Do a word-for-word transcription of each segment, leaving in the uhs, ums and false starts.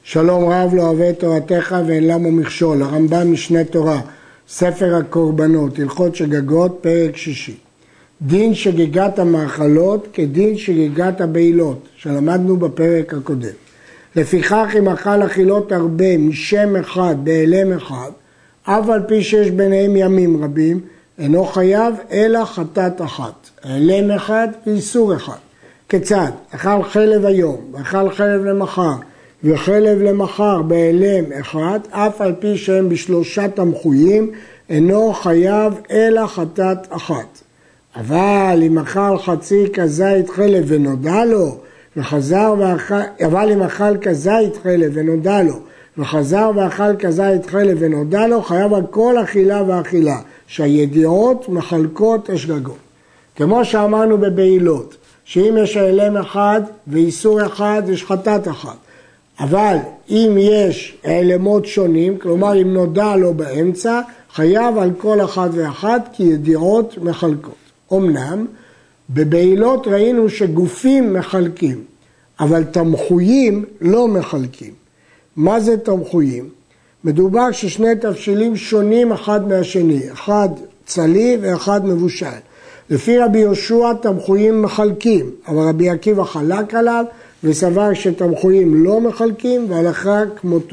שלום רב לא אוהב את תורתך ואין למו מכשול. הרמב"ם משנה תורה, ספר הקורבנות, הלכות שגגות, פרק שישי. דין שגיגת המאכלות כדין שגיגת הבעילות, שלמדנו בפרק הקודם. לפיכך אם אכל אכילות הרבה משם אחד באלם אחד, אף על פי שיש ביניהם ימים רבים, אינו חייב אלא חטאת אחת. אלם אחד ואיסור אחד. כיצד? אכל חלב היום, ואכל חלב למחר, וחלב למחר באלם אחד, אף על פי שהם בשלושה תמחויים, אינו חייב אלא חטאת אחת. אבל אם אכל חצי כזית חלב ונודע לו, וחזר ואכל, אבל אם אכל כזית חלב ונודע לו, וחזר ואכל כזית חלב ונודע לו, חייב על כל אכילה ואכילה, שהידיעות מחלקות השגגות. כמו שאמרנו בבעילות, שאם יש אלם אחד ואיסור אחד, יש חטאת אחת. אבל אם יש אלמות שונים, כלומר אם נודע לו באמצע, חייב על כל אחת ואחת כי ידיעות מחלקות. אמנם, בבעילות ראינו שגופים מחלקים, אבל תמחויים לא מחלקים. מה זה תמחויים? מדובר ששני תבשילים שונים אחד מהשני, אחד צלי ואחד מבושל. לפי רבי יהושע תמחויים מחלקים, אבל רבי עקיבא חלק עליו וסבר שתמחויים לא מחלקים והלכה כמותו.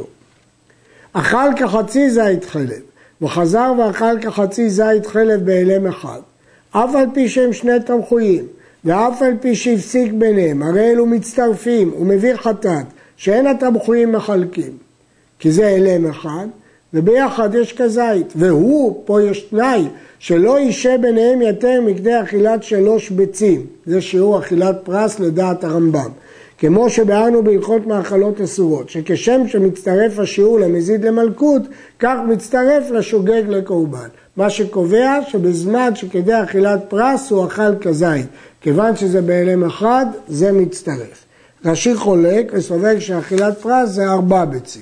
אכל כחצי זית חלב וחזר ואכל כחצי זית חלב באלם אחד, אף על פי שהם שני תמחויים ואף על פי שהפסיק ביניהם, הרי אלו מצטרפים ומביא חטאת שאין התמחויים מחלקים, כי זה אלם אחד וביחד יש כזית, והוא, פה יש תנאי, שלא יישה ביניהם יותר מכדי אכילת שלוש ביצים, זה שיעור אכילת פרס לדעת הרמב"ם. כמו שבאנו בהלכות מאכלות אסורות, שכשם שמצטרף השיעור למזיד למלכות, כך מצטרף לשוגג לקורבן. מה שקובע שבזמן שכדי אכילת פרס הוא אכל כזית, כיוון שזה באלם אחד, זה מצטרף. רש"י חולק וסובר שאכילת פרס זה ארבע ביצים.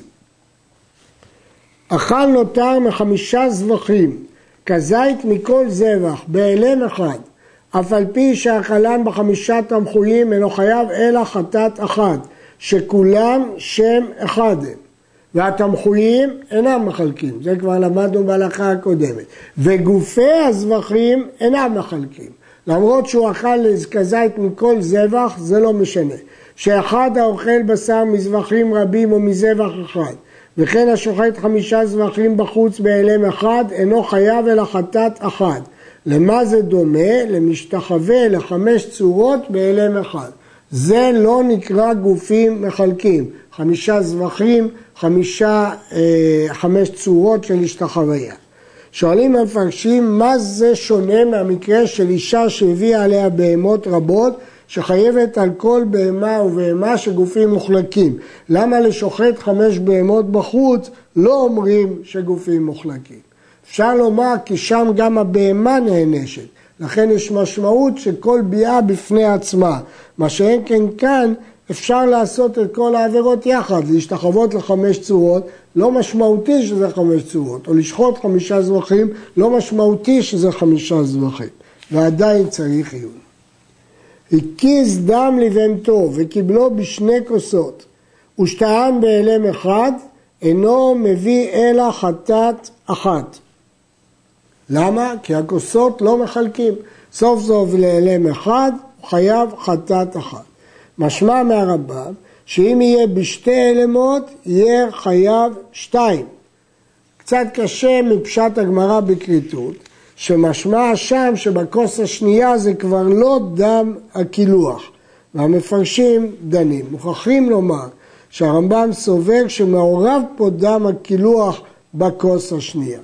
אכל נותר מחמישה זבחים, כזית מכל זבח, באלם אחד, אף על פי שאכלן בחמישה תמחויים אינו חייב אלא חטאת אחת, שכולם שם אחד הם. והתמחויים אינם מחלקים, זה כבר למדנו בהלכה הקודמת. וגופי הזבחים אינם מחלקים. למרות שהוא אכל כזית מכל זבח, זה לא משנה. שאחד האוכל בשר מזבחים רבים או מזבח אחד, וכן השוחט חמישה זבחים בחוץ באלם אחד, אינו חייב אלא חטאת אחת. למה זה דומה? למשתחווה לחמש צורות באלם אחד. זה לא נקרא גופים מחלקים. חמישה זבחים, חמישה, אה, חמש צורות של השתחוויה. שואלים המפרשים, מה זה שונה מהמקרה של אישה שהביאה עליה בהמות רבות, שחייבת על כל בהמה ובהמה שגופים מוחלקים? למה לשוחט חמש בהמות בחוץ לא אומרים שגופים מוחלקים? אפשר לומר כי שם גם הבהמה נענשת, לכן יש משמעות שכל ביאה בפני עצמה. מה שאין כן כאן, אפשר לעשות את כל העבירות יחד, להשתחוות לחמש צורות, לא משמעותי שזה חמש צורות, או לשחוט חמישה זבחים, לא משמעותי שזה חמישה זבחים, ועדיין צריך עיון. הקיז דם לבהמתו וקיבלו בשני כוסות, ושטען באלם אחד, אינו מביא אלא חטאת אחת. למה? כי הכוסות לא מחלקים. סוף סוף לאלם אחד, הוא חייב חטאת אחת. משמע מהרמב"ם, שאם יהיה בשתי אלמות, יהיה חייב שתיים. קצת קשה מפשט הגמרא בכריתות, שמשמע שם שבכוס השנייה זה כבר לא דם הקילוח, והמפרשים דנים. מוכרחים לומר שהרמב"ם סובר שמעורב פה דם הקילוח בכוס השנייה.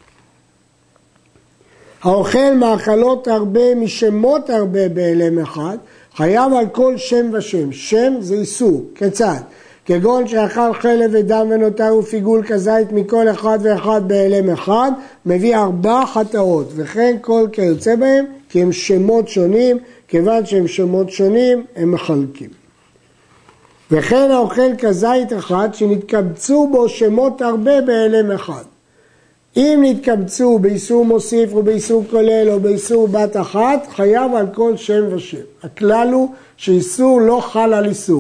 האוכל מאכלות הרבה משמות הרבה באלם אחד, חייב על כל שם ושם. שם זה איסור. כיצד? כגון שאכל חלב ודם ונותר ופיגול כזית מכל אחד ואחד באלם אחד, מביא ארבע חטאות, וכן כל כיוצא בהם, כי הם שמות שונים, כיוון שהם שמות שונים, הם מחלקים. וכן האוכל כזית אחד, שנתקבצו בו שמות הרבה באלם אחד. אם נתקבצו באיסור מוסיף או באיסור כולל או באיסור בת אחת, חייב על כל שם ושם. הכלל הוא שאיסור לא חל על איסור.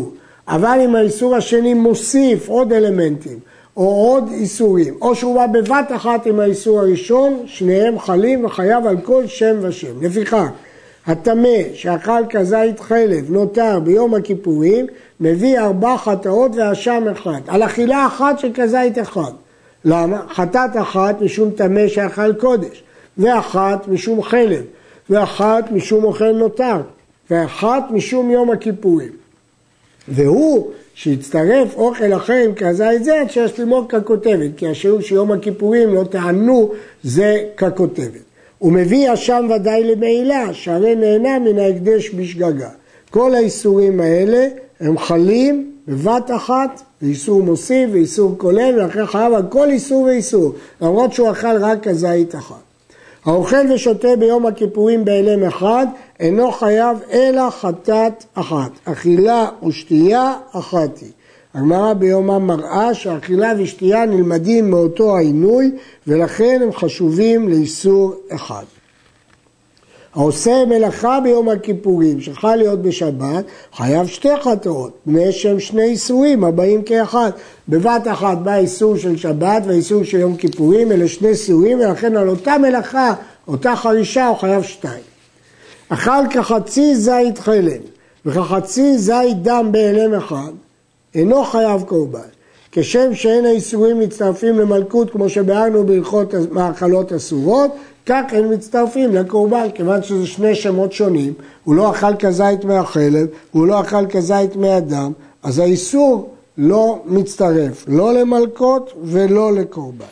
אבל אם האיסור השני מוסיף עוד אלמנטים, או עוד איסורים, או שהוא בא בבת אחת עם האיסור הראשון, שניהם חלים וחייב על כל שם ושם. לפיכך, הטמא שאכל כזית חלב נותר ביום הכיפורים, מביא ארבע חטאות ואשם אחד, על אכילה אחת של כזית אחד. למה? חטאת אחת משום טמא שאכל קודש, ואחת משום חלב, ואחת משום אוכל נותר, ואחת משום יום הכיפורים. והוא שהצטרף אוכל אחר עם כזית זה, שיש לימוד ככותבת, כי השיעור שיום הכיפורים לא תענו זה ככותבת. הוא מביא אשם ודאי למעילה, שהרי נהנה מן ההקדש בשגגה. כל האיסורים האלה הם חלים בבת אחת, ואיסור מוסיף ואיסור כולל, ולכן חייב על כל איסור ואיסור, למרות שהוא אכל רק כזית אחת. האוכל ושותה ביום הכיפורים בהלם אחד, אינו חייב אלא חטאת אחת. אכילה ושתייה אחת היא. הגמרא ביומא מראה שאכילה ושתייה נלמדים מאותו העינוי, ולכן הם חשובים לאיסור אחד. העושה מלאכה ביום הכיפורים, שחל להיות בשבת, חייב שתי חטאות, בני שם שני איסורים הבאים כאחד. בבת אחת בא איסור של שבת והאיסור של יום כיפורים, אלה שני איסורים, ולכן על אותה מלאכה, אותה חרישה, הוא חייב שתיים. אכל כחצי זית חלב וכחצי זית דם בהלם אחד, אינו חייב קורבן. כשם שאין האיסורים מצטרפים למלכות, כמו שבארנו בהלכות מאכלות אסורות, כך הם מצטרפים לקורבן, כיוון שזה שני שמות שונים, הוא לא אכל כזית מהחלב, הוא לא אכל כזית מהדם, אז האיסור לא מצטרף, לא למלכות ולא לקורבן.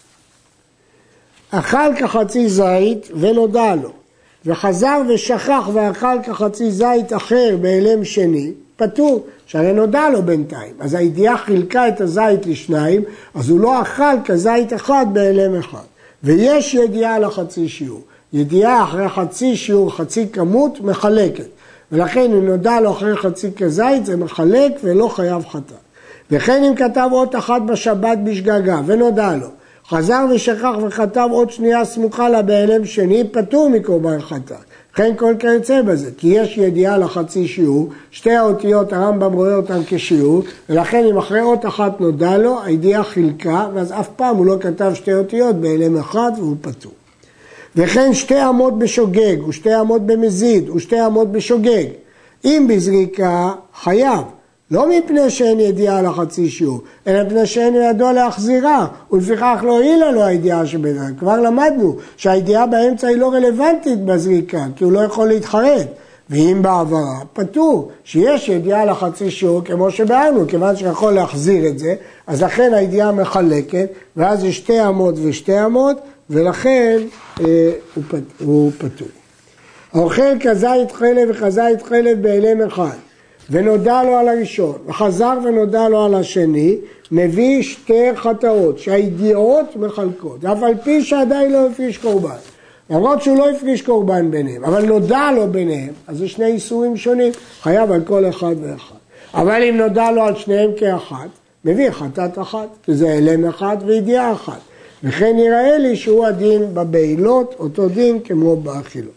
אכל כחצי זית ונודע לו, וחזר ושכח ואכל כחצי זית אחר בהלם שני, פטור, שהרי נודע לו בינתיים. אז הידיעה חילקה את הזית לשניים, אז הוא לא אכל כזית אחד בהלם אחד. ויש ידיעה לחצי שיעור. ידיעה אחרי חצי שיעור, חצי כמות, מחלקת. ולכן אם נודע לו אחרי חצי כזית, זה מחלק ולא חייב חטאת. וכן אם כתב אות אחת בשבת בשגגה ונודע לו, חזר ושכח וכתב עוד שנייה סמוכה לה בהלם שני, פטור מקורבן חטאת. לכן כל כיוצא בזה, כי יש ידיעה לחצי שיעור, שתי האותיות הרמב"ם רואה אותן כשיעור, ולכן אם אחרי אות אחת נודע לו, הידיעה חילקה, ואז אף פעם הוא לא כתב שתי אותיות בהלם אחד והוא פטור. וכן שתי אמות בשוגג, ושתי אמות במזיד, ושתי אמות בשוגג. אם בזריקה חייב, לא מפני שאין ידיעה לחצי שיעור, אלא מפני שאין ידוע להחזירה, ולפיכך לא הועילה לו הידיעה שבינם. כבר למדנו שהידיעה באמצע היא לא רלוונטית בזריקה, כי הוא לא יכול להתחרט. ואם בעברה, פטור, שיש ידיעה לחצי שיעור כמו שבארנו, כיוון שיכול להחזיר את זה, אז לכן הידיעה מחלקת, ואז יש שתי אמות ושתי אמות, ולכן אה, הוא, פט, הוא פטור. האוכל כזית חלב וכזית חלב בהלם אחד, ונודע לו על הראשון, וחזר ונודע לו על השני, מביא שתי חטאות, שהידיעות מחלקות, אף על פי שעדיין לא הפריש קורבן. למרות שהוא לא הפריש קורבן ביניהם, אבל נודע לו ביניהם, אז זה שני איסורים שונים, חייב על כל אחד ואחד. אבל אם נודע לו על שניהם כאחת, מביא חטאת אחת, שזה אלם אחד וידיעה אחת. וכן יראה לי שהוא הדין בבעילות, אותו דין כמו באכילות.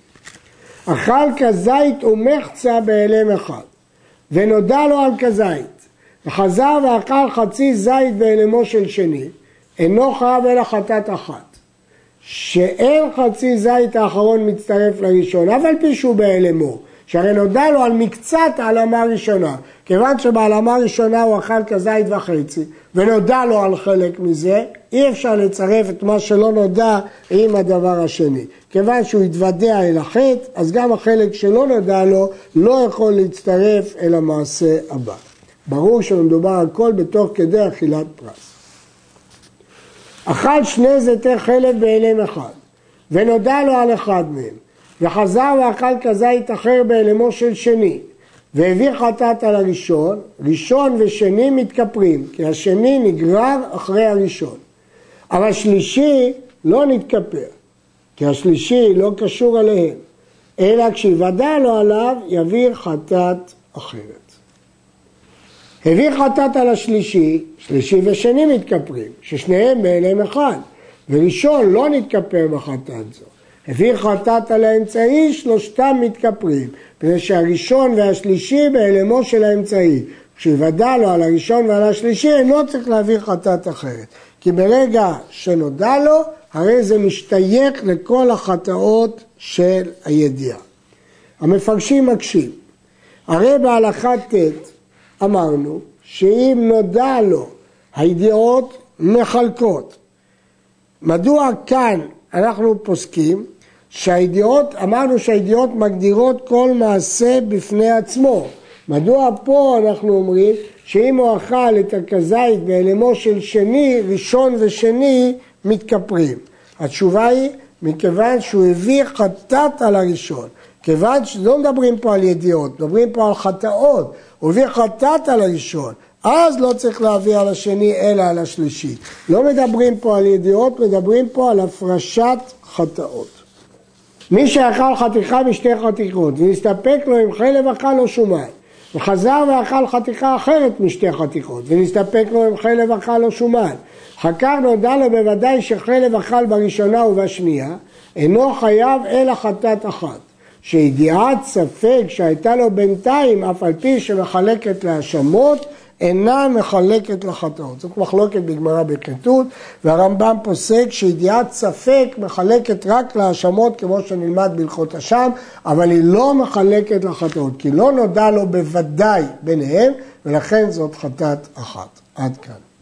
אכל כזית ומחצה בהלם אחד, ונודע לו על כזית, וחזר ואכל חצי זית בהלמו של שני, אינו חייב אלא חטאת אחת. שאין חצי זית האחרון מצטרף לראשון, אבל פי שהוא בהלמו, שהרי נודע לו על מקצת העלמה ראשונה, כיוון שבעלמה ראשונה הוא אכל כזית וחצי, ונודע לו על חלק מזה, אי אפשר לצרף את מה שלא נודע עם הדבר השני. כיוון שהוא התוודע אל החטא, אז גם החלק שלא נודע לו לא יכול להצטרף אל המעשה הבא. ברור שמדובר על כל בתוך כדי אכילת פרס. אכל שני זיתי חלב בהלם אחד, ונודע לו על אחד מהם, וחזר ואכל כזית אחר בהלמו של שני, והביא חטאת על הראשון, ראשון ושני מתכפרים, כי השני נגרר אחרי הראשון. אבל שלישי לא נתכפר, כי השלישי לא קשור עליהם, אלא כשיוודע לו עליו יביא חטאת אחרת. הביא חטאת על השלישי, שלישי ושני מתכפרים, ששניהם בהלם אחד, וראשון לא נתכפר בחטאת זו. הביא חטאת על האמצעי, שלושתם מתכפרים, פני שהראשון והשלישי בהלמו של האמצעי, כשיוודע לו על הראשון ועל השלישי, אינו צריך להעביר חטאת אחרת. כי ברגע שנודע לו, הרי זה משתייך לכל החטאות של הידיעה. המפרשים מקשים, הרי בהלכת ט' אמרנו שאם נודע לו הידיעות מחלקות. מדוע כאן אנחנו פוסקים שהידיעות, אמרנו שהידיעות מגדירות כל מעשה בפני עצמו. מדוע פה אנחנו אומרים שאם הוא אכל את הכזית באלמו של שני, ראשון ושני מתכפרים? התשובה היא מכיוון שהוא הביא חטאת על הראשון. כיוון שלא מדברים פה על ידיעות, מדברים פה על חטאות. הוא הביא חטאת על הראשון, אז לא צריך להביא על השני אלא על השלישי. לא מדברים פה על ידיעות, מדברים פה על הפרשת חטאות. מי שאכל חתיכה משתי חתיכות ונסתפק לו עם חלב אכל או שומן, וחזר ואכל חתיכה אחרת משתי חתיכות ונסתפק לו עם חלב אכל או שומן, חקר נודע לו בוודאי שחלב אכל בראשונה ובשנייה, אינו חייב אלא חטאת אחת. שידיעת ספק שהייתה לו בינתיים, אף על פי שמחלקת להאשמות, אינה מחלקת לחטאות. זאת מחלוקת בגמרא בכתות, והרמב"ם פוסק שידיעת ספק מחלקת רק להאשמות כמו שנלמד בהלכות אשם, אבל היא לא מחלקת לחטאות, כי לא נודע לו בוודאי ביניהם, ולכן זאת חטאת אחת. עד כאן.